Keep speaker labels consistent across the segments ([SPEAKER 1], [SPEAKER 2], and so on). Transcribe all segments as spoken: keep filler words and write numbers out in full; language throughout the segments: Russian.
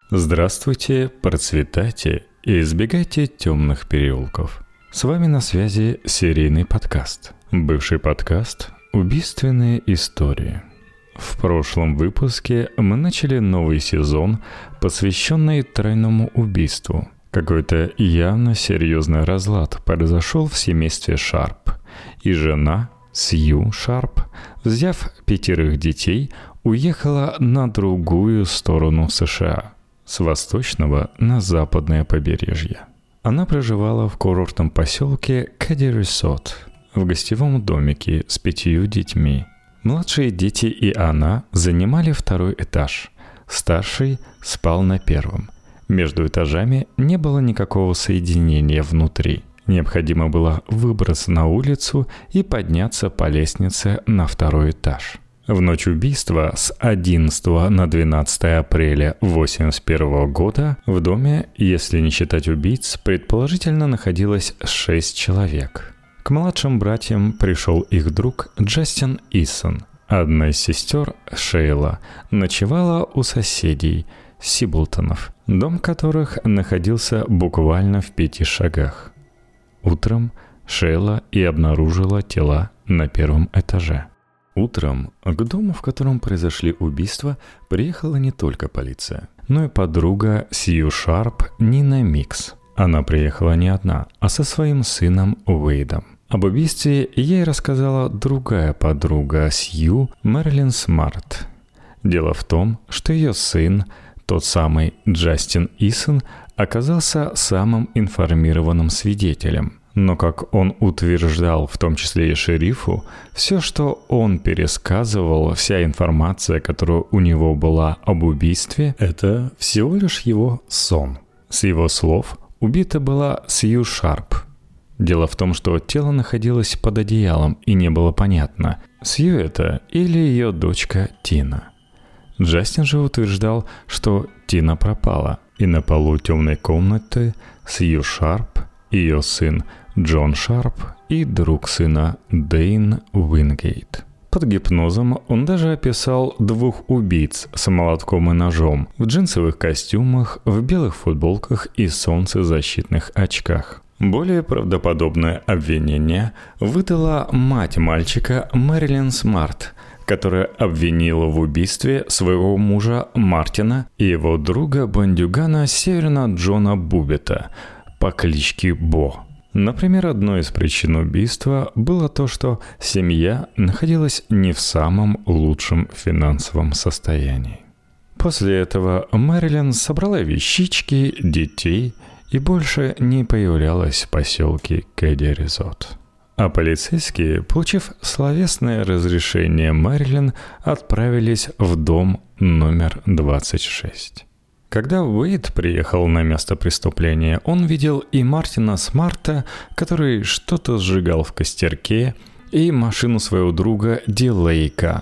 [SPEAKER 1] Здравствуйте, процветайте и избегайте темных переулков. С вами на связи серийный подкаст. Бывший подкаст «Убийственные истории». В прошлом выпуске мы начали новый сезон, посвященный тройному убийству. Какой-то явно серьезный разлад произошел в семействе Шарп, и жена Сью Шарп, взяв пятерых детей, уехала на другую сторону США, с восточного на западное побережье. Она проживала в курортном поселке Кэди-Резорт, в гостевом домике с пятью детьми. Младшие дети и она занимали второй этаж. Старший спал на первом. Между этажами не было никакого соединения внутри. Необходимо было выбраться на улицу и подняться по лестнице на второй этаж. В ночь убийства с одиннадцатого на двенадцатое апреля восемьдесят первого года в доме, если не считать убийц, предположительно находилось шесть человек. К младшим братьям пришел их друг Джастин Исон. Одна из сестер, Шейла, ночевала у соседей, Сиблтонов, дом которых находился буквально в пяти шагах. Утром Шейла и обнаружила тела на первом этаже. Утром к дому, в котором произошли убийства, приехала не только полиция, но и подруга Сью Шарп Нина Микс. Она приехала не одна, а со своим сыном Уэйдом. Об убийстве ей рассказала другая подруга Сью, Мэрилин Смарт. Дело в том, что ее сын, тот самый Джастин Исон, оказался самым информированным свидетелем. Но, как он утверждал, в том числе и шерифу, все, что он пересказывал, вся информация, которая у него была об убийстве, это всего лишь его сон. С его слов, убита была Сью Шарп. Дело в том, что тело находилось под одеялом, и не было понятно, Сью это или ее дочка Тина. Джастин же утверждал, что Тина пропала, и на полу темной комнаты Сью Шарп, ее сын Джон Шарп и друг сына Дэйн Уингейт. Под гипнозом он даже описал двух убийц с молотком и ножом в джинсовых костюмах, в белых футболках и солнцезащитных очках. Более правдоподобное обвинение выдала мать мальчика Мэрилин Смарт, которая обвинила в убийстве своего мужа Мартина и его друга-бандюгана Северна Джона Бубета по кличке Бо. Например, одной из причин убийства было то, что семья находилась не в самом лучшем финансовом состоянии. После этого Мэрилин собрала вещички, детей и больше не появлялась в поселке Кэди-Резорт. А полицейские, получив словесное разрешение Мэрилин, отправились в дом номер двадцать шесть. Когда Уэйд приехал на место преступления, он видел и Мартина Смарта, который что-то сжигал в костерке, и машину своего друга Дилейка.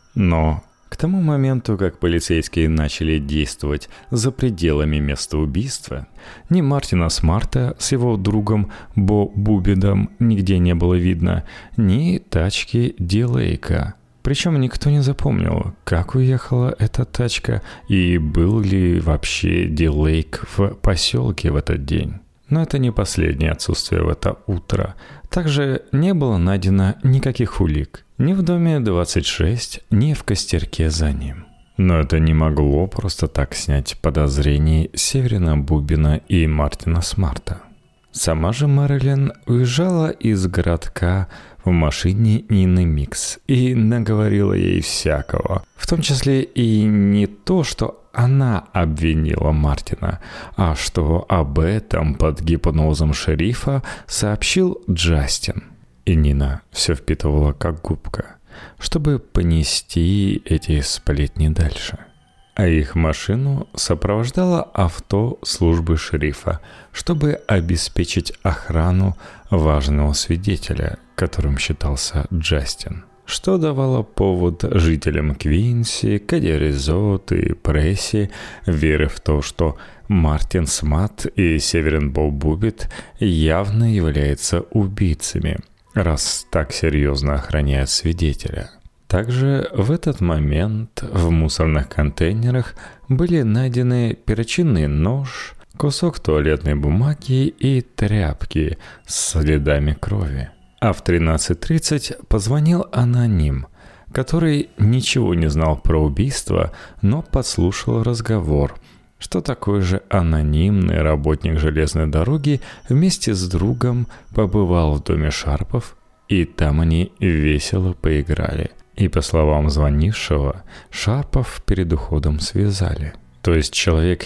[SPEAKER 1] Но к тому моменту, как полицейские начали действовать за пределами места убийства, ни Мартина Смарта с его другом Бо Бубидом нигде не было видно, ни тачки Дилейка. Причем никто не запомнил, как уехала эта тачка и был ли вообще Дилейк в поселке в этот день. Но это не последнее отсутствие в это утро. Также не было найдено никаких улик ни в доме двадцать шесть, ни в костерке за ним. Но это не могло просто так снять подозрений Северина Бубина и Мартина Смарта. Сама же Мэрилин уезжала из городка в машине Нины Микс и наговорила ей всякого. В том числе и не то, что она обвинила Мартина, а что об этом под гипнозом шерифа сообщил Джастин. И Нина все впитывала как губка, чтобы понести эти сплетни дальше. А их машину сопровождало авто службы шерифа, чтобы обеспечить охрану важного свидетеля, которым считался Джастин. Что давало повод жителям Квинси, Кэди-Резорт и прессе веры в то, что Мартин Смарт и Северин Бо Бубит явно являются убийцами, раз так серьезно охраняют свидетеля. Также в этот момент в мусорных контейнерах были найдены перочинный нож, кусок туалетной бумаги и тряпки с следами крови. А в тринадцать тридцать позвонил аноним, который ничего не знал про убийство, но подслушал разговор, что такой же анонимный работник железной дороги вместе с другом побывал в доме Шарпов, и там они весело поиграли. И по словам звонившего, Шарпов перед уходом связали. То есть человек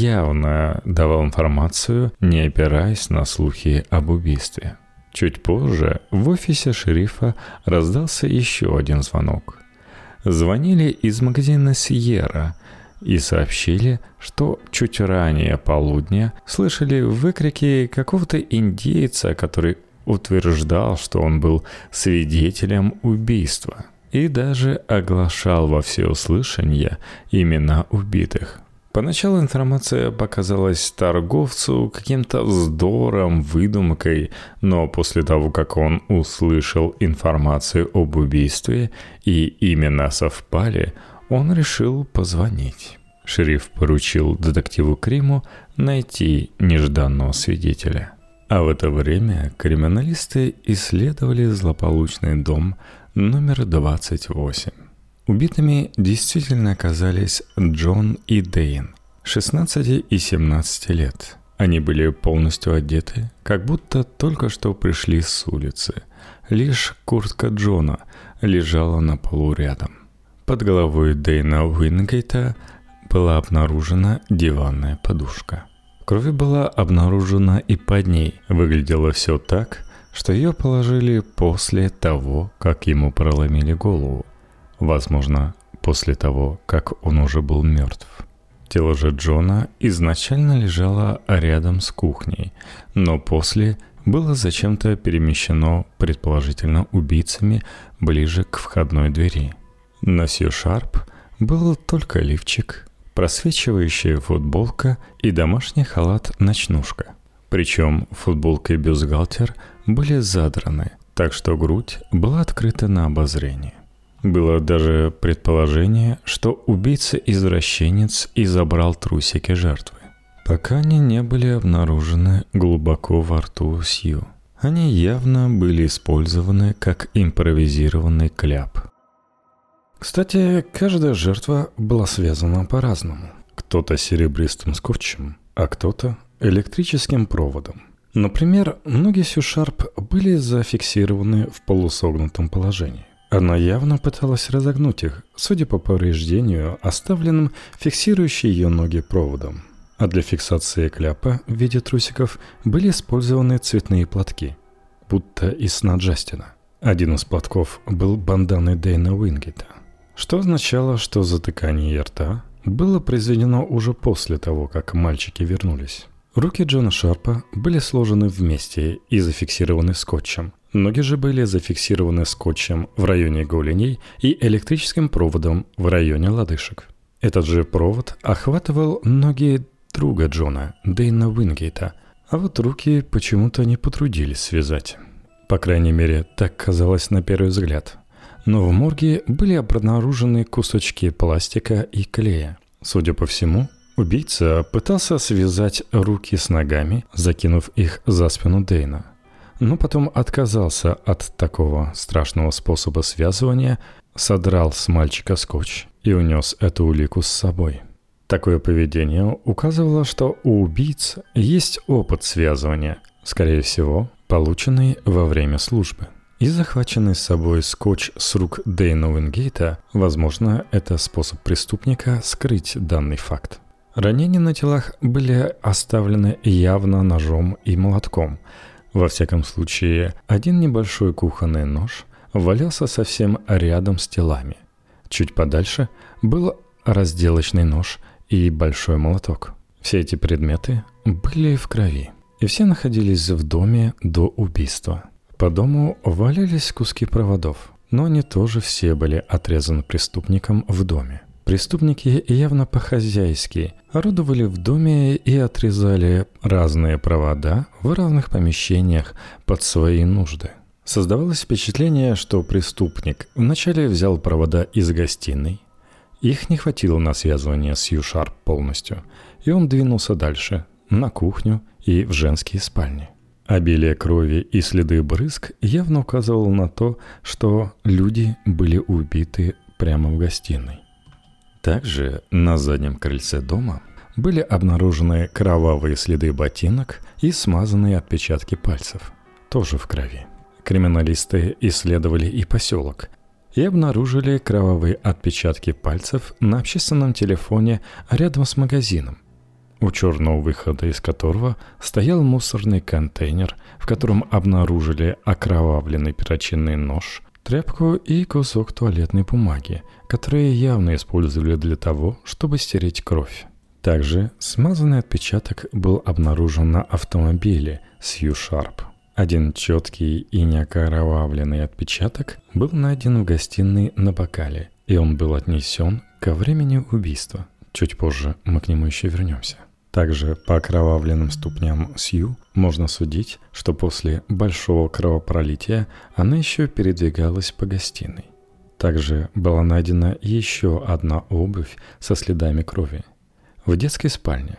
[SPEAKER 1] явно давал информацию, не опираясь на слухи об убийстве. Чуть позже в офисе шерифа раздался еще один звонок. Звонили из магазина «Сьерра» и сообщили, что чуть ранее полудня слышали выкрики какого-то индейца, который утверждал, что он был свидетелем убийства, и даже оглашал во всеуслышание имена убитых. Поначалу информация показалась торговцу каким-то вздором, выдумкой, но после того, как он услышал информацию об убийстве и имена совпали, он решил позвонить. Шериф поручил детективу Криму найти нежданного свидетеля. А в это время криминалисты исследовали злополучный дом номер двадцать восемь. Убитыми действительно оказались Джон и Дэйн, шестнадцати и семнадцати лет. Они были полностью одеты, как будто только что пришли с улицы. Лишь куртка Джона лежала на полу рядом. Под головой Дэйна Уингейта была обнаружена диванная подушка. Кровь была обнаружена и под ней. Выглядело все так, что ее положили после того, как ему проломили голову. Возможно, после того, как он уже был мертв. Тело же Джона изначально лежало рядом с кухней, но после было зачем-то перемещено, предположительно убийцами, ближе к входной двери. На Сью Шарп был только лифчик, просвечивающая футболка и домашний халат-ночнушка. Причем футболка и бюстгальтер были задраны, так что грудь была открыта на обозрение. Было даже предположение, что убийца-извращенец и забрал трусики жертвы. Пока они не были обнаружены глубоко во рту Сью. Они явно были использованы как импровизированный кляп. Кстати, каждая жертва была связана по-разному. Кто-то серебристым скотчем, а кто-то электрическим проводом. Например, ноги Сью Шарп были зафиксированы в полусогнутом положении. Она явно пыталась разогнуть их, судя по повреждению, оставленным фиксирующей ее ноги проводом. А для фиксации кляпа в виде трусиков были использованы цветные платки, будто из сна Джастина. Один из платков был банданой Дэйна Уингейта, что означало, что затыкание рта было произведено уже после того, как мальчики вернулись. Руки Джона Шарпа были сложены вместе и зафиксированы скотчем. Ноги же были зафиксированы скотчем в районе голеней и электрическим проводом в районе лодыжек. Этот же провод охватывал ноги друга Джона, Дэйна Уингейта, а вот руки почему-то не потрудились связать. По крайней мере, так казалось на первый взгляд. Но в морге были обнаружены кусочки пластика и клея. Судя по всему, убийца пытался связать руки с ногами, закинув их за спину Дэйна. Но потом отказался от такого страшного способа связывания, содрал с мальчика скотч и унес эту улику с собой. Такое поведение указывало, что у убийц есть опыт связывания, скорее всего, полученный во время службы. И захваченный с собой скотч с рук Дэйна Уингейта, возможно, это способ преступника скрыть данный факт. Ранения на телах были оставлены явно ножом и молотком. Во всяком случае, один небольшой кухонный нож валялся совсем рядом с телами. Чуть подальше был разделочный нож и большой молоток. Все эти предметы были в крови, и все находились в доме до убийства. По дому валялись куски проводов, но они тоже все были отрезаны преступником в доме. Преступники явно по-хозяйски орудовали в доме и отрезали разные провода в разных помещениях под свои нужды. Создавалось впечатление, что преступник вначале взял провода из гостиной, их не хватило на связывание с Сью Шарп полностью, и он двинулся дальше, на кухню и в женские спальни. Обилие крови и следы брызг явно указывало на то, что люди были убиты прямо в гостиной. Также на заднем крыльце дома были обнаружены кровавые следы ботинок и смазанные отпечатки пальцев, тоже в крови. Криминалисты исследовали и поселок и обнаружили кровавые отпечатки пальцев на общественном телефоне рядом с магазином, у черного выхода из которого стоял мусорный контейнер, в котором обнаружили окровавленный перочинный нож, тряпку и кусок туалетной бумаги, которые явно использовали для того, чтобы стереть кровь. Также смазанный отпечаток был обнаружен на автомобиле Сью Шарп. Один четкий и неокровавленный отпечаток был найден в гостиной на бокале, и он был отнесен ко времени убийства. Чуть позже мы к нему еще вернемся. Также по окровавленным ступням Сью можно судить, что после большого кровопролития она еще передвигалась по гостиной. Также была найдена еще одна обувь со следами крови в детской спальне.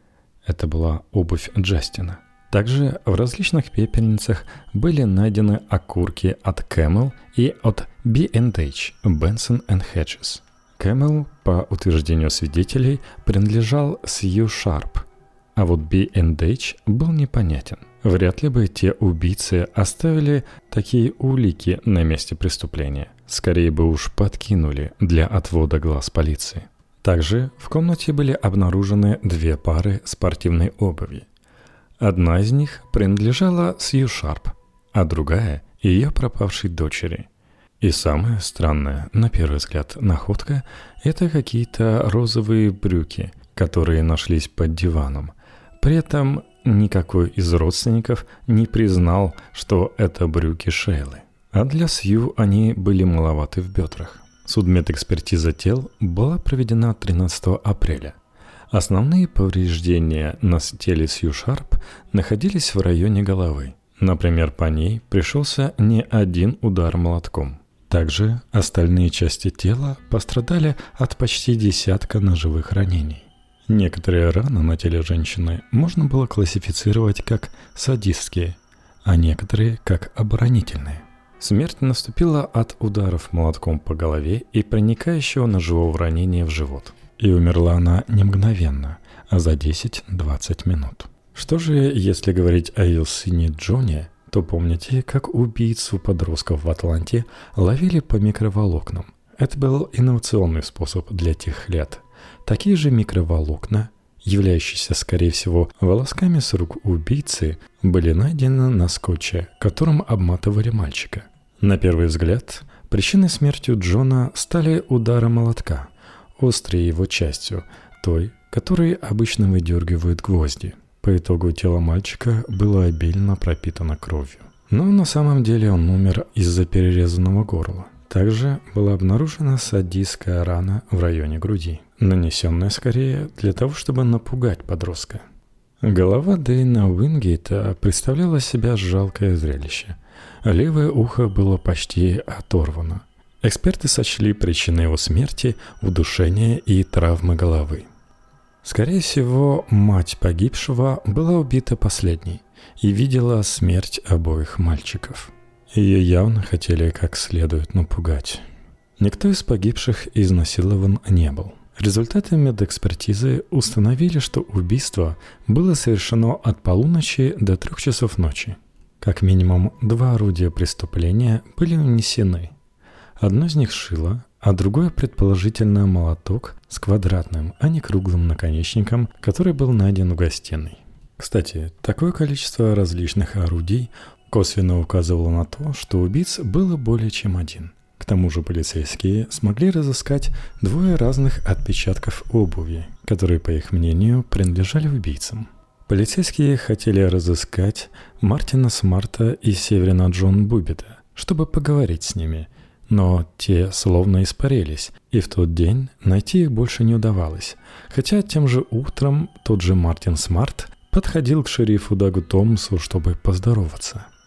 [SPEAKER 1] Это была обувь Джастина. Также в различных пепельницах были найдены окурки от Camel и от би энд эйч Benson энд Hedges. Camel, по утверждению свидетелей, принадлежал Сью Шарп, а вот би энд эйч был непонятен. Вряд ли бы те убийцы оставили такие улики на месте преступления. Скорее бы уж подкинули для отвода глаз полиции. Также в комнате были обнаружены две пары спортивной обуви. Одна из них принадлежала Сью Шарп, а другая – ее пропавшей дочери. И самое странное, на первый взгляд, находка – это какие-то розовые брюки, которые нашлись под диваном. При этом никакой из родственников не признал, что это брюки Шейлы. А для Сью они были маловаты в бедрах. Судмедэкспертиза тел была проведена тринадцатого апреля. Основные повреждения на теле Сью Шарп находились в районе головы. Например, по ней пришелся не один удар молотком. Также остальные части тела пострадали от почти десятка ножевых ранений. Некоторые раны на теле женщины можно было классифицировать как садистские, а некоторые как оборонительные. Смерть наступила от ударов молотком по голове и проникающего ножевого ранения в живот. И умерла она не мгновенно, а за десять-двадцать минут. Что же, если говорить о ее сыне Джонни, то помните, как убийцу подростков в Атланте ловили по микроволокнам. Это был инновационный способ для тех лет. Такие же микроволокна, являющиеся, скорее всего, волосками с рук убийцы, были найдены на скотче, которым обматывали мальчика. На первый взгляд, причиной смерти Джона стали удары молотка, острой его частью, той, которой обычно выдергивают гвозди. По итогу тело мальчика было обильно пропитано кровью. Но на самом деле он умер из-за перерезанного горла. Также была обнаружена садистская рана в районе груди, нанесенная скорее для того, чтобы напугать подростка. Голова Дэйна Уингейта представляла себя жалкое зрелище. Левое ухо было почти оторвано. Эксперты сочли причиной его смерти удушение и травмы головы. Скорее всего, мать погибшего была убита последней и видела смерть обоих мальчиков. Ее явно хотели как следует напугать. Никто из погибших изнасилован не был. Результаты медэкспертизы установили, что убийство было совершено от полуночи до трех часов ночи. Как минимум два орудия преступления были унесены. Одно из них шило, а другое, предположительно, молоток с квадратным, а не круглым наконечником, который был найден в гостиной. Кстати, такое количество различных орудий косвенно указывало на то, что убийц было более чем один. К тому же полицейские смогли разыскать двое разных отпечатков обуви, которые, по их мнению, принадлежали убийцам. Полицейские хотели разыскать Мартина Смарта и Северина Джон Бубита, чтобы поговорить с ними, но те словно испарились, и в тот день найти их больше не удавалось, хотя тем же утром тот же Мартин Смарт подходил к шерифу Дагу Томасу, чтобы поздороваться.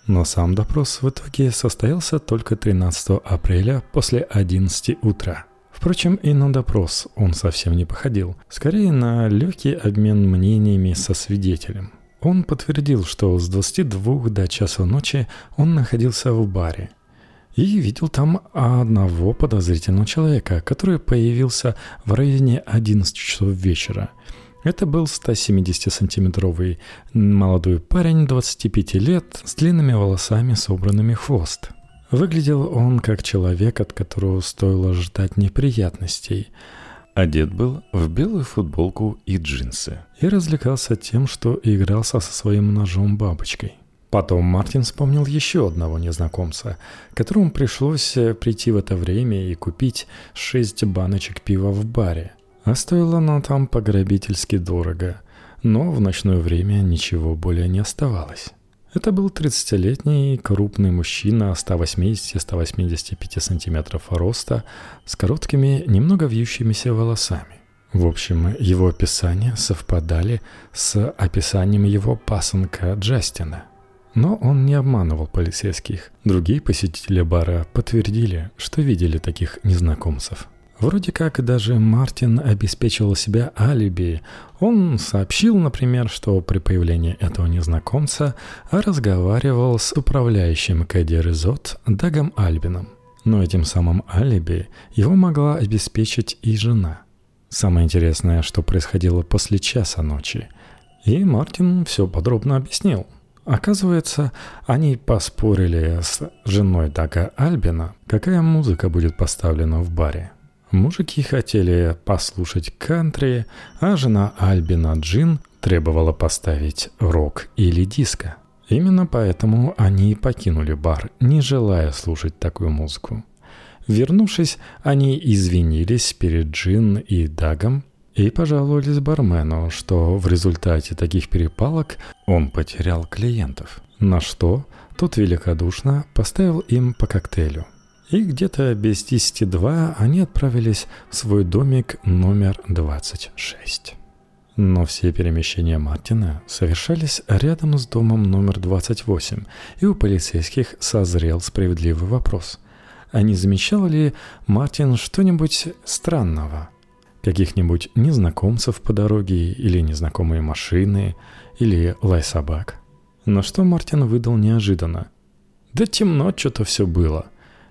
[SPEAKER 1] Но сам допрос в итоге состоялся только тринадцатого апреля после одиннадцати утра. Впрочем, и на допрос он совсем не походил, скорее на легкий обмен мнениями со свидетелем. Он подтвердил, что с двадцати двух до часа ночи он находился в баре и видел там одного подозрительного человека, который появился в районе одиннадцати часов вечера. Это был сто семидесятисантиметровый молодой парень двадцати пяти лет с длинными волосами, собранными в хвост. Выглядел он как человек, от которого стоило ждать неприятностей. Одет был в белую футболку и джинсы и развлекался тем, что игрался со своим ножом-бабочкой. Потом Мартин вспомнил еще одного незнакомца, которому пришлось прийти в это время и купить шесть баночек пива в баре. А стоило оно там пограбительски дорого, но в ночное время ничего более не оставалось. Это был тридцатилетний крупный мужчина ста восьмидесяти - ста восьмидесяти пяти сантиметров роста с короткими, немного вьющимися волосами. В общем, его описания совпадали с описанием его пасынка Джастина. Но он не обманывал полицейских. Другие посетители бара подтвердили, что видели таких незнакомцев. Вроде как даже Мартин обеспечивал себе алиби. Он сообщил, например, что при появлении этого незнакомца разговаривал с управляющим Кэдди Резот Дагом Альбином. Но этим самым алиби его могла обеспечить и жена. Самое интересное, что происходило после часа ночи. И Мартин все подробно объяснил. Оказывается, они поспорили с женой Дага Альбина, какая музыка будет поставлена в баре. Мужики хотели послушать кантри, а жена Альбина Джин требовала поставить рок или диско. Именно поэтому они покинули бар, не желая слушать такую музыку. Вернувшись, они извинились перед Джин и Дагом и пожаловались бармену, что в результате таких перепалок он потерял клиентов, на что тот великодушно поставил им по коктейлю. И где-то без десяти два они отправились в свой домик номер двадцать шесть. Но все перемещения Мартина совершались рядом с домом номер двадцать восемь, и у полицейских созрел справедливый вопрос. А не замечал ли Мартин что-нибудь странного? Каких-нибудь незнакомцев по дороге, или незнакомые машины, или лай собак? На что Мартин выдал неожиданно. «Да темно что-то все было.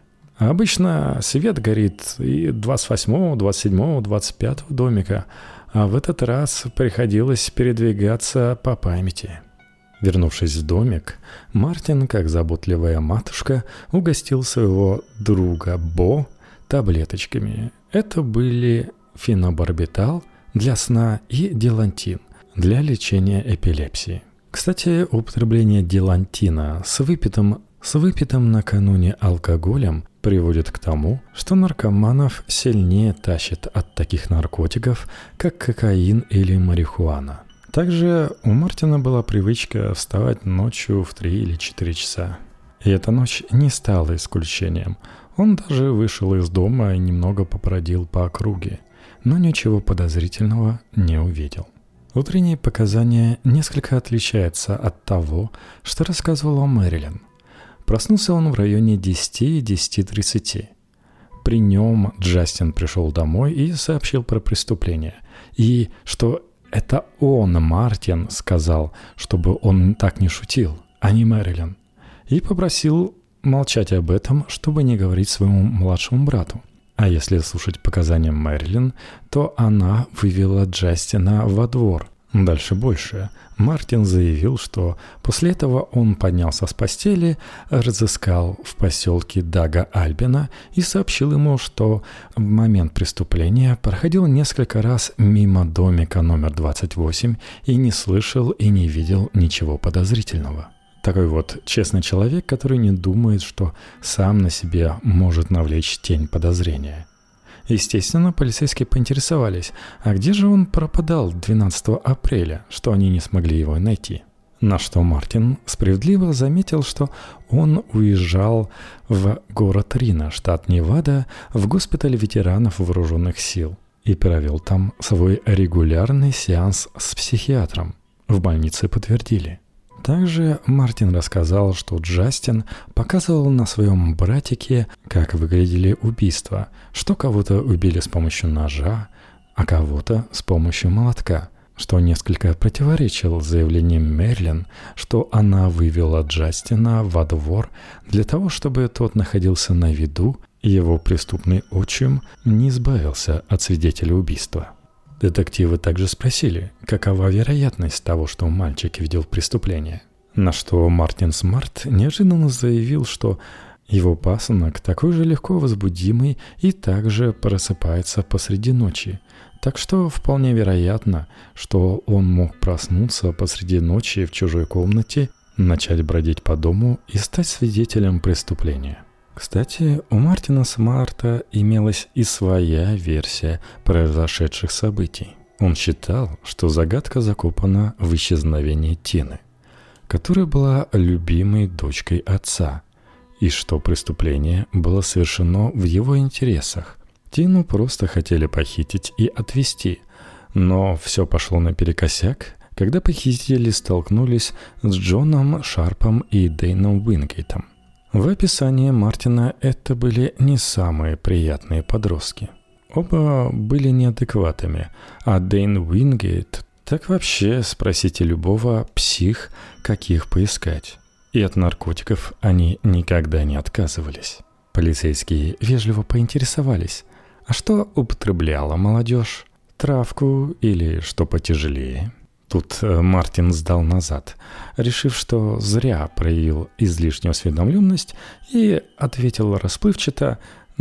[SPEAKER 1] Обычно свет горит и двадцать восьмого, двадцать седьмого, двадцать пятого домика, а в этот раз приходилось передвигаться по памяти». Вернувшись в домик, Мартин, как заботливая матушка, угостил своего друга Бо таблеточками. Это были фенобарбитал для сна и дилантин для лечения эпилепсии. Кстати, употребление дилантина с выпитым, с выпитым накануне алкоголем приводит к тому, что наркоманов сильнее тащит от таких наркотиков, как кокаин или марихуана. Также у Мартина была привычка вставать ночью в три или четыре часа. И эта ночь не стала исключением. Он даже вышел из дома и немного побродил по округе, но ничего подозрительного не увидел. Утренние показания несколько отличаются от того, что рассказывала Мэрилин. Проснулся он в районе десяти - десяти тридцати. При нем Джастин пришел домой и сообщил про преступление. И что это он, Мартин, сказал, чтобы он так не шутил, а не Мэрилин. И попросил молчать об этом, чтобы не говорить своему младшему брату. А если слушать показания Мэрилин, то она вывела Джастина во двор. Дальше больше. Мартин заявил, что после этого он поднялся с постели, разыскал в поселке Дага Альбина и сообщил ему, что в момент преступления проходил несколько раз мимо домика номер двадцать восемь и не слышал и не видел ничего подозрительного. Такой вот честный человек, который не думает, что сам на себе может навлечь тень подозрения. Естественно, полицейские поинтересовались, а где же он пропадал двенадцатого апреля, что они не смогли его найти. На что Мартин справедливо заметил, что он уезжал в город Рино, штат Невада, в госпиталь ветеранов вооруженных сил и провел там свой регулярный сеанс с психиатром. В больнице подтвердили. Также Мартин рассказал, что Джастин показывал на своем братике, как выглядели убийства, что кого-то убили с помощью ножа, а кого-то с помощью молотка, что несколько противоречило заявлениям Мерлин, что она вывела Джастина во двор для того, чтобы тот находился на виду, и его преступный отчим не избавился от свидетеля убийства. Детективы также спросили, какова вероятность того, что мальчик видел преступление. На что Мартин Смарт неожиданно заявил, что его пасынок такой же легко возбудимый и также просыпается посреди ночи. Так что вполне вероятно, что он мог проснуться посреди ночи в чужой комнате, начать бродить по дому и стать свидетелем преступления. Кстати, у Мартина Смарта имелась и своя версия произошедших событий. Он считал, что загадка закопана в исчезновении Тины, которая была любимой дочкой отца, и что преступление было совершено в его интересах. Тину просто хотели похитить и отвезти, но все пошло наперекосяк, когда похитители столкнулись с Джоном Шарпом и Дэйном Уингейтом. В описании Мартина это были не самые приятные подростки. Оба были неадекватами, а Дэйн Уингейт, так вообще спросите любого, псих, каких поискать. И от наркотиков они никогда не отказывались. Полицейские вежливо поинтересовались, а что употребляла молодежь? Травку или что потяжелее? Тут Мартин сдал назад, решив, что зря проявил излишнюю осведомленность, и ответил расплывчато: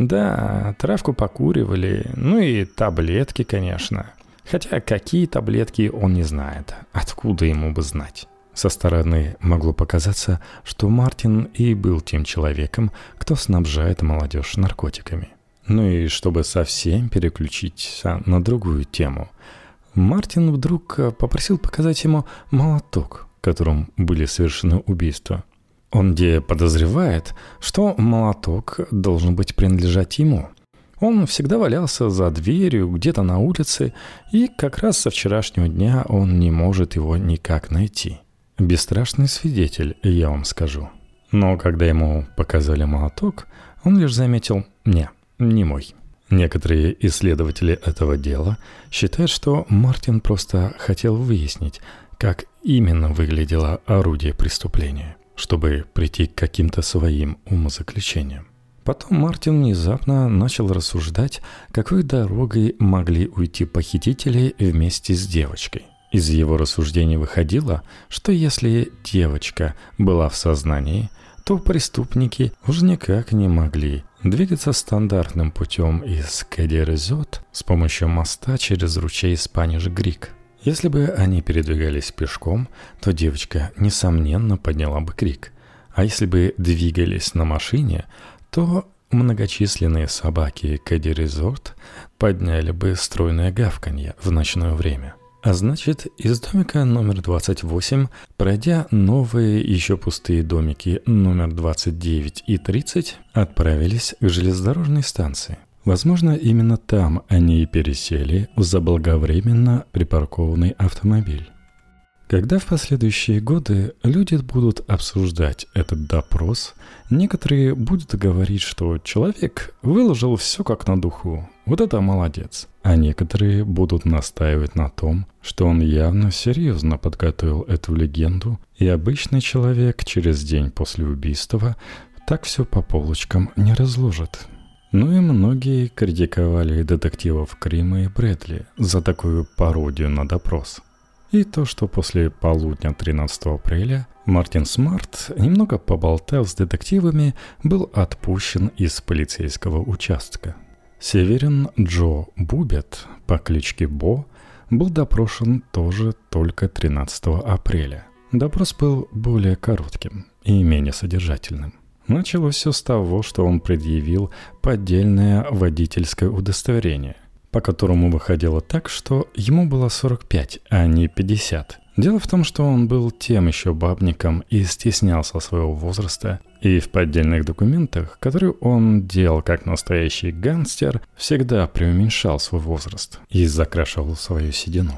[SPEAKER 1] «Да, травку покуривали, ну и таблетки, конечно. Хотя какие таблетки он не знает, откуда ему бы знать». Со стороны могло показаться, что Мартин и был тем человеком, кто снабжает молодежь наркотиками. Ну и чтобы совсем переключиться на другую тему, Мартин вдруг попросил показать ему молоток, которым были совершены убийства. Он где подозревает, что молоток должен быть принадлежать ему. Он всегда валялся за дверью где-то на улице, и как раз со вчерашнего дня он не может его никак найти. Бесстрашный свидетель, я вам скажу. Но когда ему показали молоток, он лишь заметил: «Не, не мой». Некоторые исследователи этого дела считают, что Мартин просто хотел выяснить, как именно выглядело орудие преступления, чтобы прийти к каким-то своим умозаключениям. Потом Мартин внезапно начал рассуждать, какой дорогой могли уйти похитители вместе с девочкой. Из его рассуждений выходило, что если девочка была в сознании, то преступники уж никак не могли двигаться стандартным путем из Кэди-Резот с помощью моста через ручей Спаниш-Грик. Если бы они передвигались пешком, то девочка, несомненно, подняла бы крик. А если бы двигались на машине, то многочисленные собаки Кэди-Резот подняли бы стройное гавканье в ночное время. А значит, из домика номер двадцать восемь, пройдя новые еще пустые домики номер двадцать девять и тридцать, отправились к железнодорожной станции. Возможно, именно там они и пересели в заблаговременно припаркованный автомобиль. Когда в последующие годы люди будут обсуждать этот допрос, некоторые будут говорить, что человек выложил все как на духу, вот это молодец. А некоторые будут настаивать на том, что он явно серьезно подготовил эту легенду, и обычный человек через день после убийства так все по полочкам не разложит. Ну и многие критиковали детективов Крима и Брэдли за такую пародию на допрос. И то, что после полудня тринадцатого апреля Мартин Смарт, немного поболтав с детективами, был отпущен из полицейского участка. Северин Джо Бубет по кличке Бо был допрошен тоже только тринадцатого апреля. Допрос был более коротким и менее содержательным. Началось все с того, что он предъявил поддельное водительское удостоверение, по которому выходило так, что ему было сорок пять, а не пятьдесят. Дело в том, что он был тем еще бабником и стеснялся своего возраста, и в поддельных документах, которые он делал как настоящий гангстер, всегда преуменьшал свой возраст и закрашивал свою седину.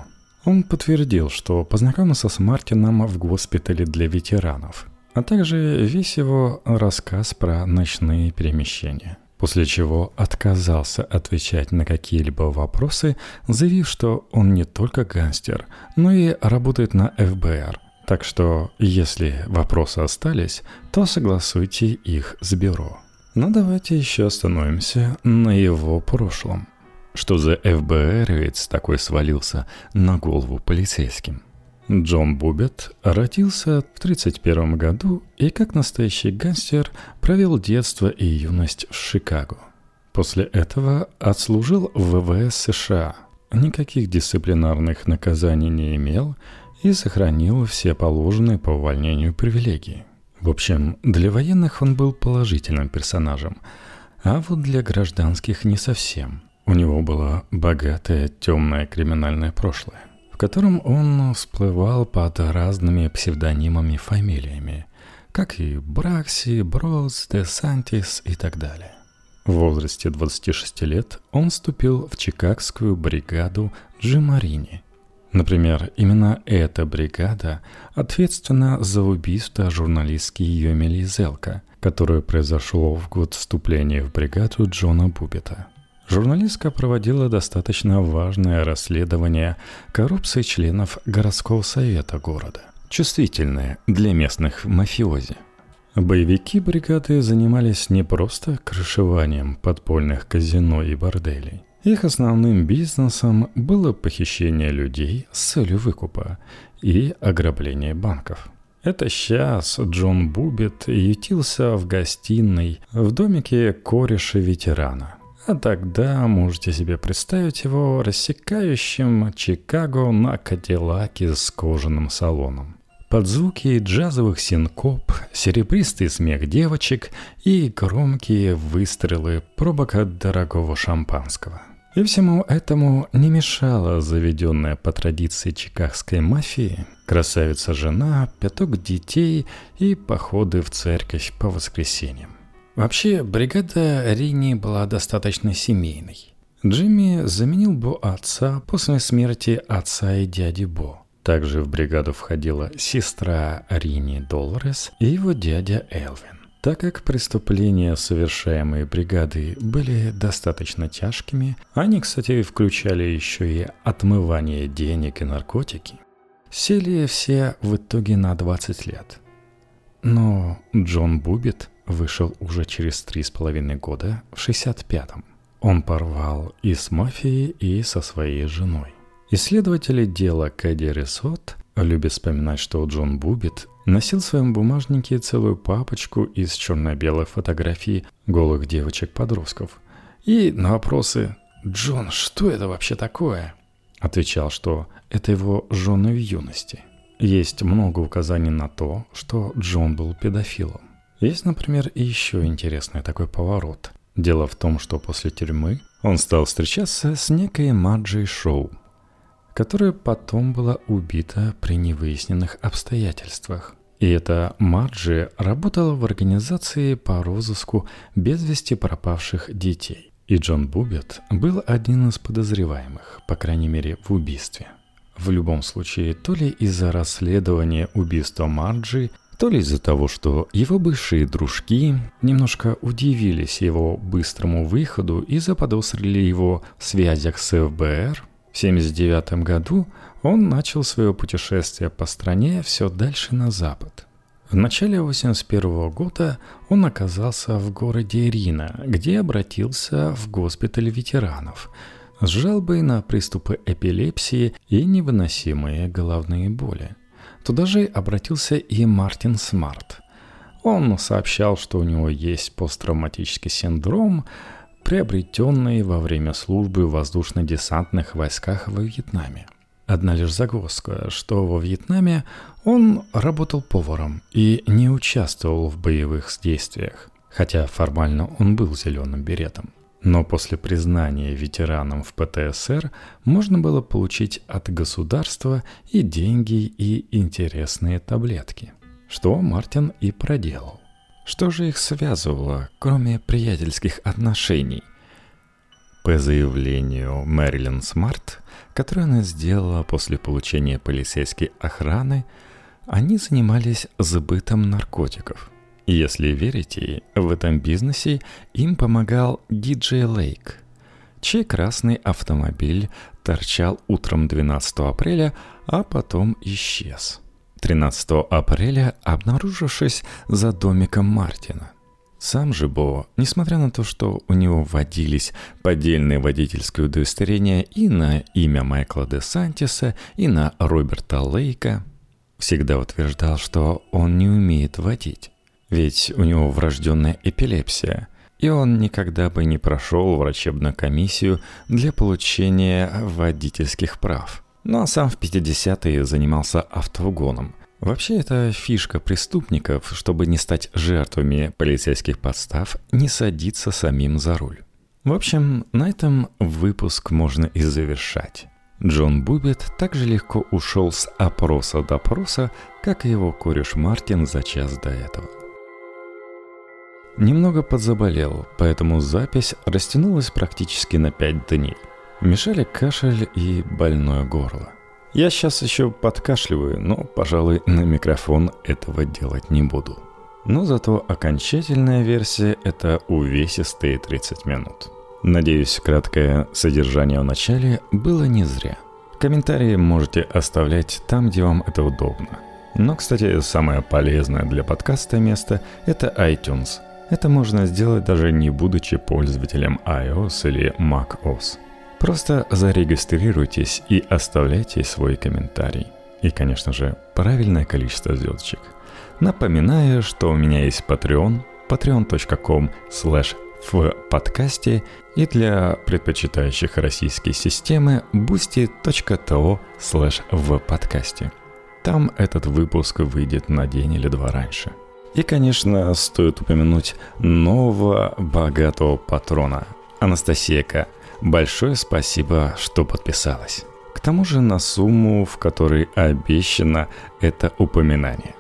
[SPEAKER 1] Он подтвердил, что познакомился с Мартином в госпитале для ветеранов, а также весь его рассказ про ночные перемещения. После чего отказался отвечать на какие-либо вопросы, заявив, что он не только гангстер, но и работает на эф бэ эр. Так что, если вопросы остались, то согласуйте их с бюро. Но давайте еще остановимся на его прошлом. Что за эф бэ эровец такой свалился на голову полицейским? Джон Бубет родился в тридцать первом году и как настоящий гангстер провел детство и юность в Чикаго. После этого отслужил в вэ вэ эс США, никаких дисциплинарных наказаний не имел и сохранил все положенные по увольнению привилегии. В общем, для военных он был положительным персонажем, а вот для гражданских не совсем. У него было богатое темное криминальное прошлое, в котором он всплывал под разными псевдонимами, фамилиями, как и Бракси, Брос, Де Сантис и так далее. В возрасте двадцати шести лет он вступил в чикагскую бригаду Джима Рини. Например, именно эта бригада ответственна за убийство журналистки Йомили Зелка, которое произошло в год вступления в бригаду Джона Бубета. Журналистка проводила достаточно важное расследование коррупции членов городского совета города, чувствительное для местных мафиози. Боевики бригады занимались не просто крышеванием подпольных казино и борделей. Их основным бизнесом было похищение людей с целью выкупа и ограбление банков. Это сейчас Джон Бубет ютился в гостиной в домике кореша-ветерана. А тогда можете себе представить его рассекающим Чикаго на кадиллаке с кожаным салоном. Под звуки джазовых синкоп, серебристый смех девочек и громкие выстрелы пробок от дорогого шампанского. И всему этому не мешала заведенная по традиции чикагской мафии красавица-жена, пяток детей и походы в церковь по воскресеньям. Вообще, бригада Рини была достаточно семейной. Джимми заменил Бо отца после смерти отца и дяди Бо. Также в бригаду входила сестра Рини Долорес и его дядя Элвин. Так как преступления, совершаемые бригадой, были достаточно тяжкими, они, кстати, включали еще и отмывание денег и наркотики, сели все в итоге на двадцать лет. Но Джон Бубет вышел уже через три с половиной года в шестьдесят пятом. Он порвал и с мафией, и со своей женой. Исследователи дела Кэдди Рисот любят вспоминать, что Джон Бубет носил в своем бумажнике целую папочку из черно-белых фотографий голых девочек-подростков. И на вопросы «Джон, что это вообще такое?» отвечал, что это его жены в юности. Есть много указаний на то, что Джон был педофилом. Есть, например, и еще интересный такой поворот. Дело в том, что после тюрьмы он стал встречаться с некой Маджей Шоу, которая потом была убита при невыясненных обстоятельствах. И эта Маджи работала в организации по розыску без вести пропавших детей. И Джон Бубет был один из подозреваемых, по крайней мере, в убийстве. В любом случае, то ли из-за расследования убийства Маджи, то ли из-за того, что его бывшие дружки немножко удивились его быстрому выходу и заподозрили его в связях с эф бэ эр, в семьдесят девятом году он начал свое путешествие по стране все дальше на запад. В начале восемьдесят первого года он оказался в городе Рино, где обратился в госпиталь ветеранов с жалобой на приступы эпилепсии и невыносимые головные боли. Туда же обратился и Мартин Смарт. Он сообщал, что у него есть посттравматический синдром, приобретенный во время службы в воздушно-десантных войсках во Вьетнаме. Одна лишь загвоздка, что во Вьетнаме он работал поваром и не участвовал в боевых действиях, хотя формально он был зеленым беретом. Но после признания ветераном в пэ тэ эс эр можно было получить от государства и деньги, и интересные таблетки, что Мартин и проделал. Что же их связывало, кроме приятельских отношений? По заявлению Мэрилин Смарт, которое она сделала после получения полицейской охраны, они занимались сбытом наркотиков. Если верить ей, в этом бизнесе им помогал диджей Лейк, чей красный автомобиль торчал утром двенадцатого апреля, а потом исчез. тринадцатого апреля обнаружившись за домиком Мартина. Сам же Бо, несмотря на то, что у него водились поддельные водительские удостоверения и на имя Майкла де Сантиса, и на Роберта Лейка, всегда утверждал, что он не умеет водить. Ведь у него врожденная эпилепсия, и он никогда бы не прошел врачебную комиссию для получения водительских прав. Ну а сам в пятидесятые занимался автоугоном. Вообще, это фишка преступников, чтобы не стать жертвами полицейских подстав, не садиться самим за руль. В общем, на этом выпуск можно и завершать. Джон Бубет так же легко ушел с опроса-допроса, как и его кореш Мартин за час до этого. Немного подзаболел, поэтому запись растянулась практически на пять дней. Мешали кашель и больное горло. Я сейчас еще подкашливаю, но, пожалуй, на микрофон этого делать не буду. Но зато окончательная версия – это увесистые тридцать минут. Надеюсь, краткое содержание в начале было не зря. Комментарии можете оставлять там, где вам это удобно. Но, кстати, самое полезное для подкаста место – это iTunes. Это можно сделать даже не будучи пользователем iOS или macOS. Просто зарегистрируйтесь и оставляйте свой комментарий. И, конечно же, правильное количество звездочек. Напоминаю, что у меня есть Patreon, patreon точка com слэш в подкасте, и для предпочитающих российские системы boosty точка то слэш в подкасте. Там этот выпуск выйдет на день или два раньше. И, конечно, стоит упомянуть нового богатого патрона Анастасия К. Большое спасибо, что подписалась. К тому же на сумму, в которой обещано это упоминание.